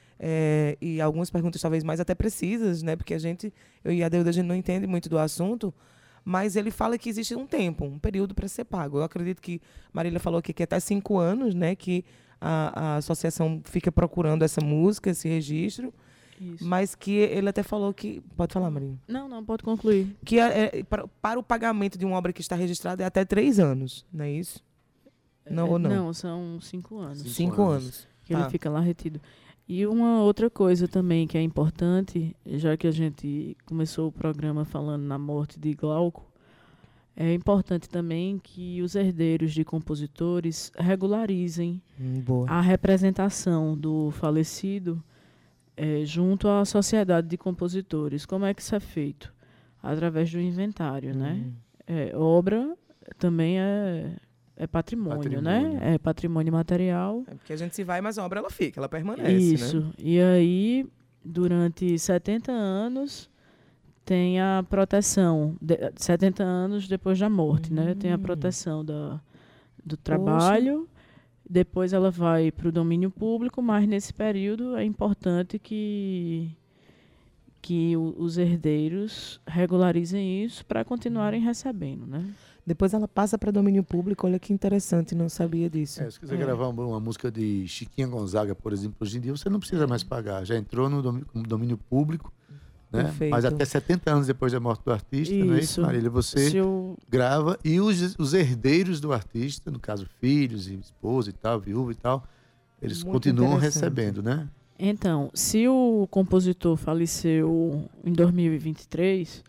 E algumas perguntas talvez mais até precisas, né? Porque eu e a Deuda, a gente não entende muito do assunto. Mas ele fala que existe um tempo, um período para ser pago. Eu acredito que Marília falou que é até 5 anos, né? Que a associação fica procurando essa música, esse registro. Isso. Mas que ele até falou que... Pode falar, Marília. Não, pode concluir. Que para o pagamento de uma obra que está registrada é até 3 anos, não é isso? Não ou não? Não, são 5 anos. 5 anos. Que ele Tá. fica lá retido. E uma outra coisa também que é importante, já que a gente começou o programa falando na morte de Glauco, é importante também que os herdeiros de compositores regularizem Boa. a representação do falecido junto à sociedade de compositores. Como é que isso é feito? Através do inventário, né? Obra também é patrimônio, né? É patrimônio material. É porque a gente se vai, mas a obra ela fica, ela permanece, Isso. né? E aí, durante 70 anos, tem a proteção. 70 anos depois da morte, né? Tem a proteção do trabalho. Depois ela vai para o domínio público, mas nesse período é importante que os herdeiros regularizem isso para continuarem recebendo, né? Depois ela passa para domínio público, olha que interessante, não sabia disso. Se quiser gravar uma música de Chiquinha Gonzaga, por exemplo, hoje em dia, você não precisa mais pagar. Já entrou no domínio público, né? Perfeito. Mas até 70 anos depois da morte do artista, não é isso, Isso. Marília? Você Se o- grava e os herdeiros do artista, no caso filhos e esposa e tal, viúva e tal, eles Muito continuam interessante. recebendo, né? Então, se o compositor faleceu em 2023,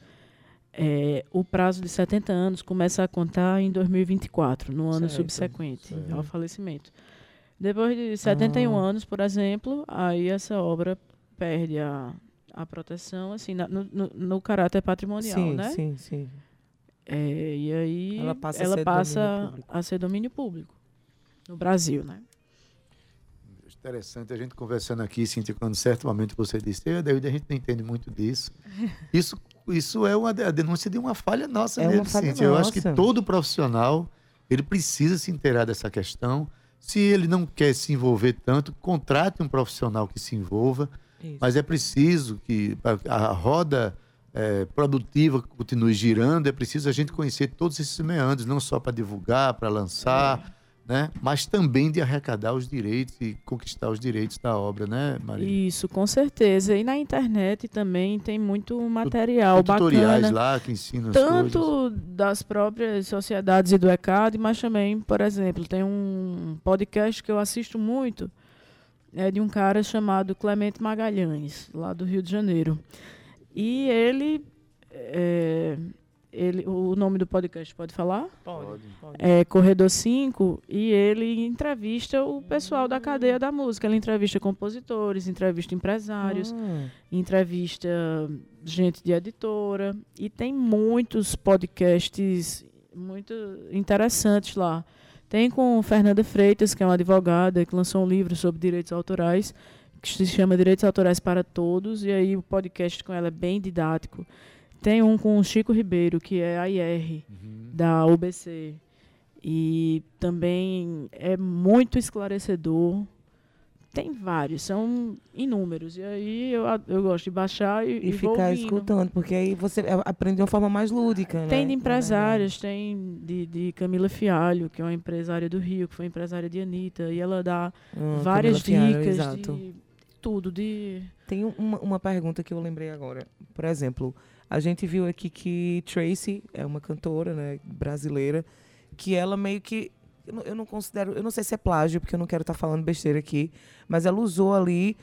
o prazo de 70 anos começa a contar em 2024, no ano Certo, subsequente ao falecimento. Depois de 71 anos, por exemplo, aí essa obra perde a proteção assim, no caráter patrimonial, sim, né? sim. E aí Ela passa a ela ser passa domínio público. a ser domínio público no Brasil, né? Interessante a gente conversando aqui, Cíntia, quando em certo momento você disse, David, a gente não entende muito disso. Isso é a denúncia de uma falha nossa É uma mesmo, falha Cíntia. Eu acho que nossa. todo profissional, ele precisa se inteirar dessa questão. Se ele não quer se envolver tanto, contrate um profissional que se envolva, Isso. mas é preciso que a roda produtiva continue girando, é preciso a gente conhecer todos esses meandros, não só para divulgar, para lançar, né? Mas também de arrecadar os direitos e conquistar os direitos da obra, né, Maria? Isso, com certeza. E na internet também tem muito material Tem tutoriais bacana. lá que ensinam as coisas. Tanto das próprias sociedades e do ECAD, mas também, por exemplo, tem um podcast que eu assisto muito, de um cara chamado Clemente Magalhães, lá do Rio de Janeiro. E o nome do podcast, pode falar? Pode. É Corredor 5, e ele entrevista o pessoal da cadeia da música. Ele entrevista compositores, entrevista empresários, entrevista gente de editora, e tem muitos podcasts muito interessantes lá. Tem com Fernanda Freitas, que é uma advogada, que lançou um livro sobre direitos autorais, que se chama Direitos Autorais para Todos, e aí o podcast com ela é bem didático. Tem um com o Chico Ribeiro, que é a IR, da UBC, e também é muito esclarecedor. Tem vários, são inúmeros, e aí eu gosto de baixar e vou ficar ouvindo. escutando, porque aí você aprende de uma forma mais lúdica, né? Tem de empresárias, tem de Camila Fialho, que é uma empresária do Rio, que foi empresária de Anitta, e ela dá várias Camila Fialho, dicas exato. de tudo. Tem uma pergunta que eu lembrei agora. Por exemplo, a gente viu aqui que Tracy é uma cantora, né, brasileira, que ela meio que... Eu não considero... Eu não sei se é plágio, porque eu não quero estar falando besteira aqui, mas ela usou ali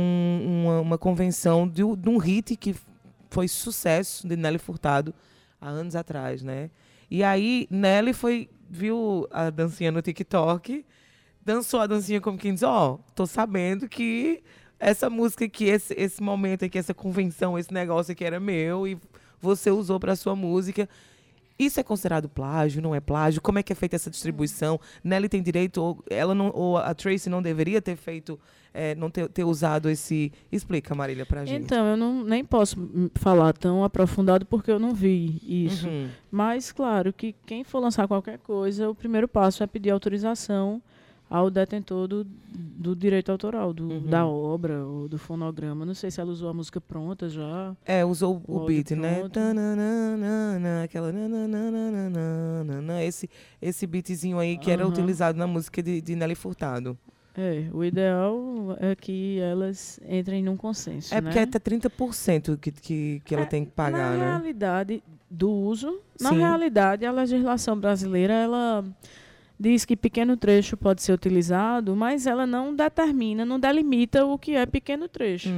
uma convenção de um hit que foi sucesso de Nelly Furtado há anos atrás, né? E aí, Nelly viu a dancinha no TikTok, dançou a dancinha como quem diz, tô sabendo que essa música aqui, esse momento aqui, essa convenção, esse negócio aqui era meu e você usou para sua música. Isso é considerado plágio, não é plágio? Como é que é feita essa distribuição? Nelly tem direito, ou a Tracy não deveria ter feito, não ter usado esse... Explica, Marília, pra gente. Então, eu nem posso falar tão aprofundado porque eu não vi isso. Mas, claro, que quem for lançar qualquer coisa, o primeiro passo é pedir autorização ao detentor do direito autoral, da obra ou do fonograma. Não sei se ela usou a música pronta já. Usou o beat, né? Aquela... Esse beatzinho aí que era utilizado na música de Nelly Furtado. O ideal é que elas entrem num consenso, porque é até 30% que ela tem que pagar, né? Na realidade do uso, na Sim. realidade, a legislação brasileira, ela diz que pequeno trecho pode ser utilizado, mas ela não determina, não delimita o que é pequeno trecho.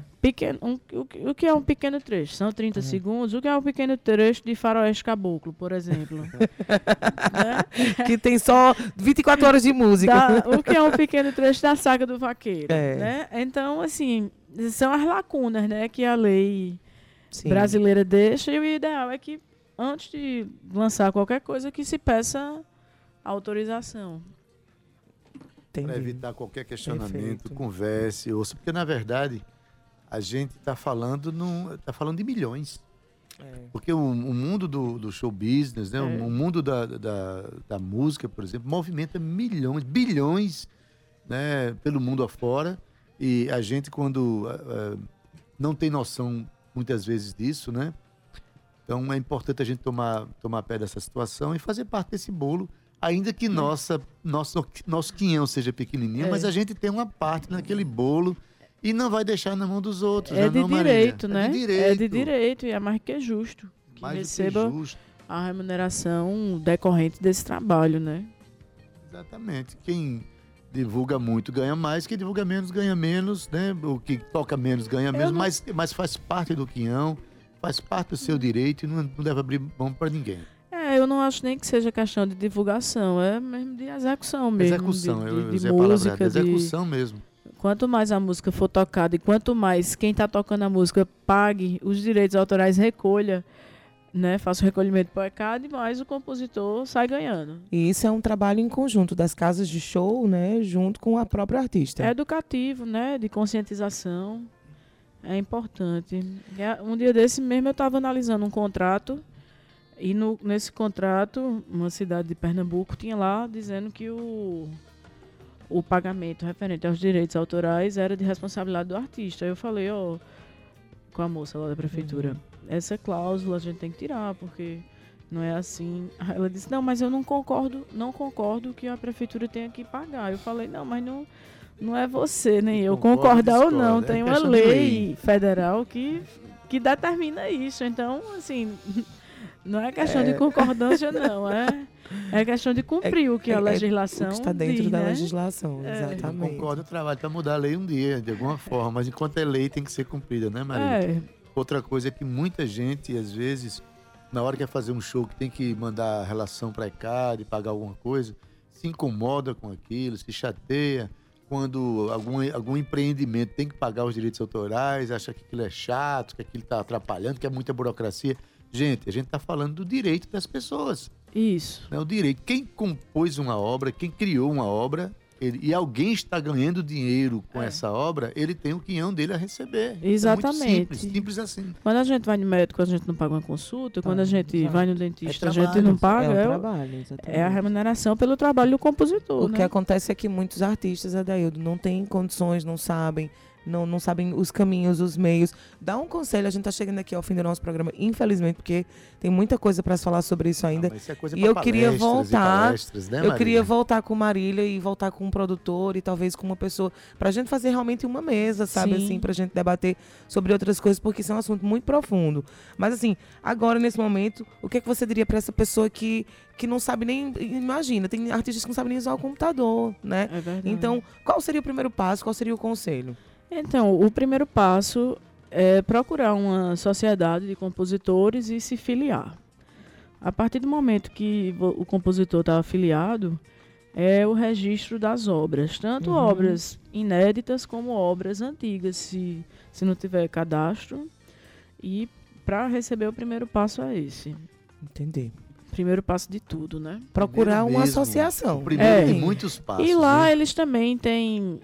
O que é um pequeno trecho? São 30 segundos. O que é um pequeno trecho de Faroeste Caboclo, por exemplo? Né? Que tem só 24 horas de música. O que é um pequeno trecho da Saga do Vaqueiro? Né? Então, assim, são as lacunas, né, que a lei brasileira deixa, e o ideal é que, antes de lançar qualquer coisa, que se peça autorização. Para evitar qualquer questionamento, converse, ouça, porque na verdade a gente está falando de milhões. Porque o mundo do show business, né, o mundo da música, por exemplo, movimenta milhões, bilhões, né, pelo mundo afora, e a gente, quando não tem noção muitas vezes disso, né, então é importante a gente tomar pé dessa situação e fazer parte desse bolo. Ainda que nosso quinhão seja pequenininho, mas a gente tem uma parte naquele bolo e não vai deixar na mão dos outros. É de direito, né? É de direito. É de direito, e é mais que justo que receba a remuneração decorrente desse trabalho, né? Exatamente. Quem divulga muito ganha mais, quem divulga menos ganha menos, né? O que toca menos ganha menos, mas faz parte do quinhão, faz parte do seu direito e não deve abrir mão para ninguém. Eu não acho nem que seja questão de divulgação, é mesmo de execução mesmo. Execução, de usei a palavra, de execução mesmo. Quanto mais a música for tocada e quanto mais quem está tocando a música pague os direitos autorais, recolha, né, faça o recolhimento para o ECAD, mais o compositor sai ganhando. E isso é um trabalho em conjunto das casas de show, né, junto com a própria artista. É educativo, né, de conscientização, é importante. Um dia desse mesmo eu estava analisando um contrato. E nesse contrato, uma cidade de Pernambuco tinha lá dizendo que o pagamento referente aos direitos autorais era de responsabilidade do artista. Aí eu falei, com a moça lá da prefeitura, essa cláusula a gente tem que tirar, porque não é assim. Aí ela disse, não, mas eu não concordo que a prefeitura tenha que pagar. Eu falei, não, mas não é você, nem eu concordar ou não. Tem uma lei federal que determina isso. Então, assim... Não é questão de concordância, não. É questão de cumprir o que a legislação está dentro diz, da né? legislação, exatamente. Eu concordo, trabalho para mudar a lei um dia, de alguma forma. Mas enquanto é lei, tem que ser cumprida, né, Maria? Outra coisa é que muita gente, às vezes, na hora que vai fazer um show que tem que mandar relação para ECAD, pagar alguma coisa, se incomoda com aquilo, se chateia. Quando algum empreendimento tem que pagar os direitos autorais, acha que aquilo é chato, que aquilo está atrapalhando, que é muita burocracia. Gente, a gente está falando do direito das pessoas. Isso. Né? O direito. Quem compôs uma obra, quem criou uma obra, e alguém está ganhando dinheiro com essa obra, ele tem o quinhão dele a receber. Exatamente. É muito simples assim. Quando a gente vai no médico, a gente não paga uma consulta. Quando a gente vai no dentista, a gente trabalho. não paga. trabalho, É a remuneração pelo trabalho do compositor. O né? que acontece é que muitos artistas, Adaildo, não têm condições, não sabem os caminhos, os meios. Dá um conselho, a gente tá chegando aqui ao fim do nosso programa, infelizmente, porque tem muita coisa para se falar sobre isso ainda. Mas isso é coisa E pra eu queria palestras e voltar, palestras, né, eu Marília? queria voltar com Marília e voltar com um produtor e talvez com uma pessoa, pra gente fazer realmente uma mesa, sabe, Sim. assim, pra gente debater sobre outras coisas, porque isso é um assunto muito profundo. Mas assim, agora nesse momento, o que é que você diria pra essa pessoa que não sabe nem, imagina, tem artistas que não sabem nem usar o computador, né? É verdade. Então, qual seria o primeiro passo, qual seria o conselho? Então, o primeiro passo é procurar uma sociedade de compositores e se filiar. A partir do momento que o compositor está afiliado, é o registro das obras, tanto obras inéditas como obras antigas, se não tiver cadastro. E para receber o primeiro passo é esse. Entendi. Primeiro passo de tudo, né? Procurar Primeiro uma mesmo, associação. O primeiro de É. muitos passos. E lá né? eles também têm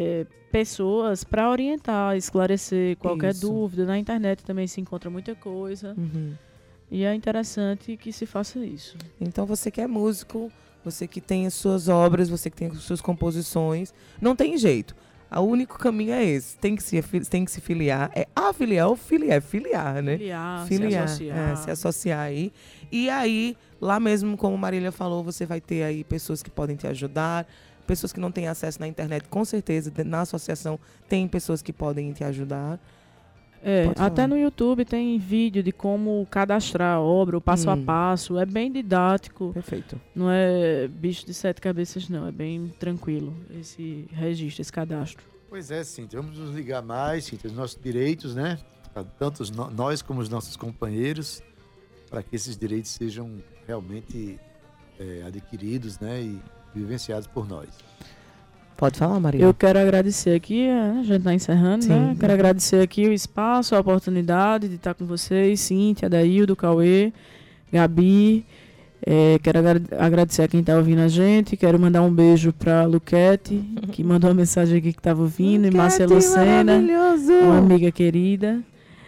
pessoas para orientar, esclarecer qualquer Isso. dúvida. Na internet também se encontra muita coisa. Uhum. E é interessante que se faça isso. Então, você que é músico, você que tem as suas obras, você que tem as suas composições, não tem jeito. O único caminho é esse. Tem que se filiar. É afiliar ou filiar? É filiar, né? Filiar, se associar. se associar aí. E aí, lá mesmo, como Marília falou, você vai ter aí pessoas que podem te ajudar, pessoas que não têm acesso na internet, com certeza, na associação tem pessoas que podem te ajudar. Pode Até falar. no YouTube tem vídeo de como cadastrar a obra, o passo a passo. É bem didático. Perfeito. Não é bicho de 7 cabeças, não. É bem tranquilo esse registro, esse cadastro. Pois é, Cíntia. Vamos nos ligar mais, Cíntia, os nossos direitos, né? Tanto nós como os nossos companheiros, para que esses direitos sejam realmente adquiridos, né? E vivenciados por nós. Pode falar, Marília. Eu quero agradecer aqui, a gente está encerrando, Sim. né? Quero agradecer aqui o espaço, a oportunidade de estar com vocês, Cíntia, Adaildo, Cauê, Gabi. Quero agradecer a quem está ouvindo a gente. Quero mandar um beijo para Luquete, que mandou uma mensagem aqui que estava ouvindo, e Márcia Lucena, Maravilhoso! uma amiga querida.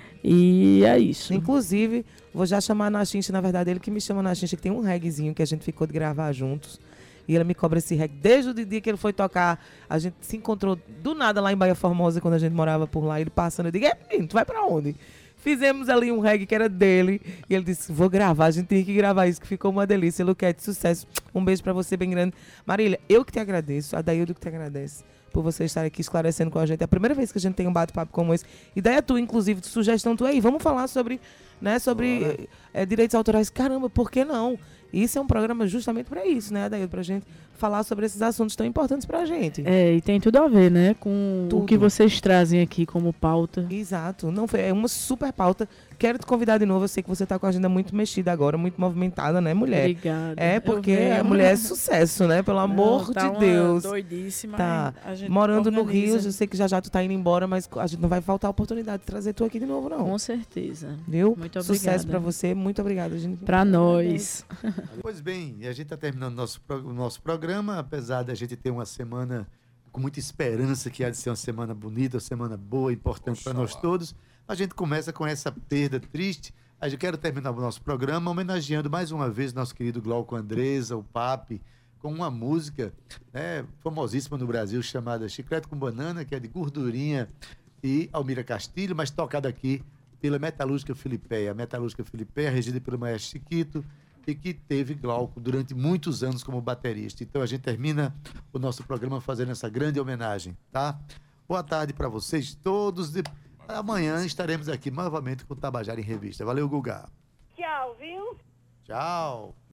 E é isso. Inclusive, vou já chamar na Xincha, na verdade, ele que me chama na Xincha, que tem um reggaezinho que a gente ficou de gravar juntos. E ela me cobra esse reggae. Desde o dia que ele foi tocar, a gente se encontrou do nada lá em Bahia Formosa, quando a gente morava por lá. Ele passando, eu digo, menino, tu vai pra onde? Fizemos ali um reggae que era dele. E ele disse, vou gravar, a gente tem que gravar isso, que ficou uma delícia. Luquete, sucesso. Um beijo pra você bem grande. Marília, eu que te agradeço, a Daildo que te agradece por você estar aqui esclarecendo com a gente. É a primeira vez que a gente tem um bate-papo como esse. Ideia tua, inclusive, sugestão tua aí. Vamos falar sobre, né, sobre direitos autorais. Caramba, por que não? Isso é um programa justamente para isso, né, Adaildo? Pra gente falar sobre esses assuntos tão importantes pra gente. E tem tudo a ver, né, com Tudo. o que vocês trazem aqui como pauta. Exato. Não, é uma super pauta. Quero te convidar de novo. Eu sei que você tá com a agenda muito mexida agora, muito movimentada, né, mulher? Obrigada. É, porque Eu venho. a mulher é sucesso, né? Pelo amor Tá de uma Deus. doidice, mas Tá. a gente Morando no Rio, organiza. eu sei que já tu tá indo embora, mas a gente não vai faltar a oportunidade de trazer tu aqui de novo, não. Com certeza. Viu? Muito Sucesso obrigada. pra você. Muito obrigada, gente. Pra nós. Pois bem, e a gente está terminando o nosso programa, apesar da gente ter uma semana com muita esperança que há de ser uma semana bonita, uma semana boa, importante para nós todos. A gente começa com essa perda triste. Eu quero terminar o nosso programa homenageando mais uma vez nosso querido Glauco Andresa, o Papi, com uma música, né, famosíssima no Brasil chamada Chiclete com Banana, que é de Gordurinha e Almira Castilho, mas tocada aqui pela Metalúrgica Filipeia. A Metalúrgica Filipeia, regida pelo maestro Chiquito, e que teve Glauco durante muitos anos como baterista. Então a gente termina o nosso programa fazendo essa grande homenagem, tá? Boa tarde para vocês todos. Amanhã estaremos aqui novamente com o Tabajara em Revista. Valeu, Guga. Tchau, viu? Tchau.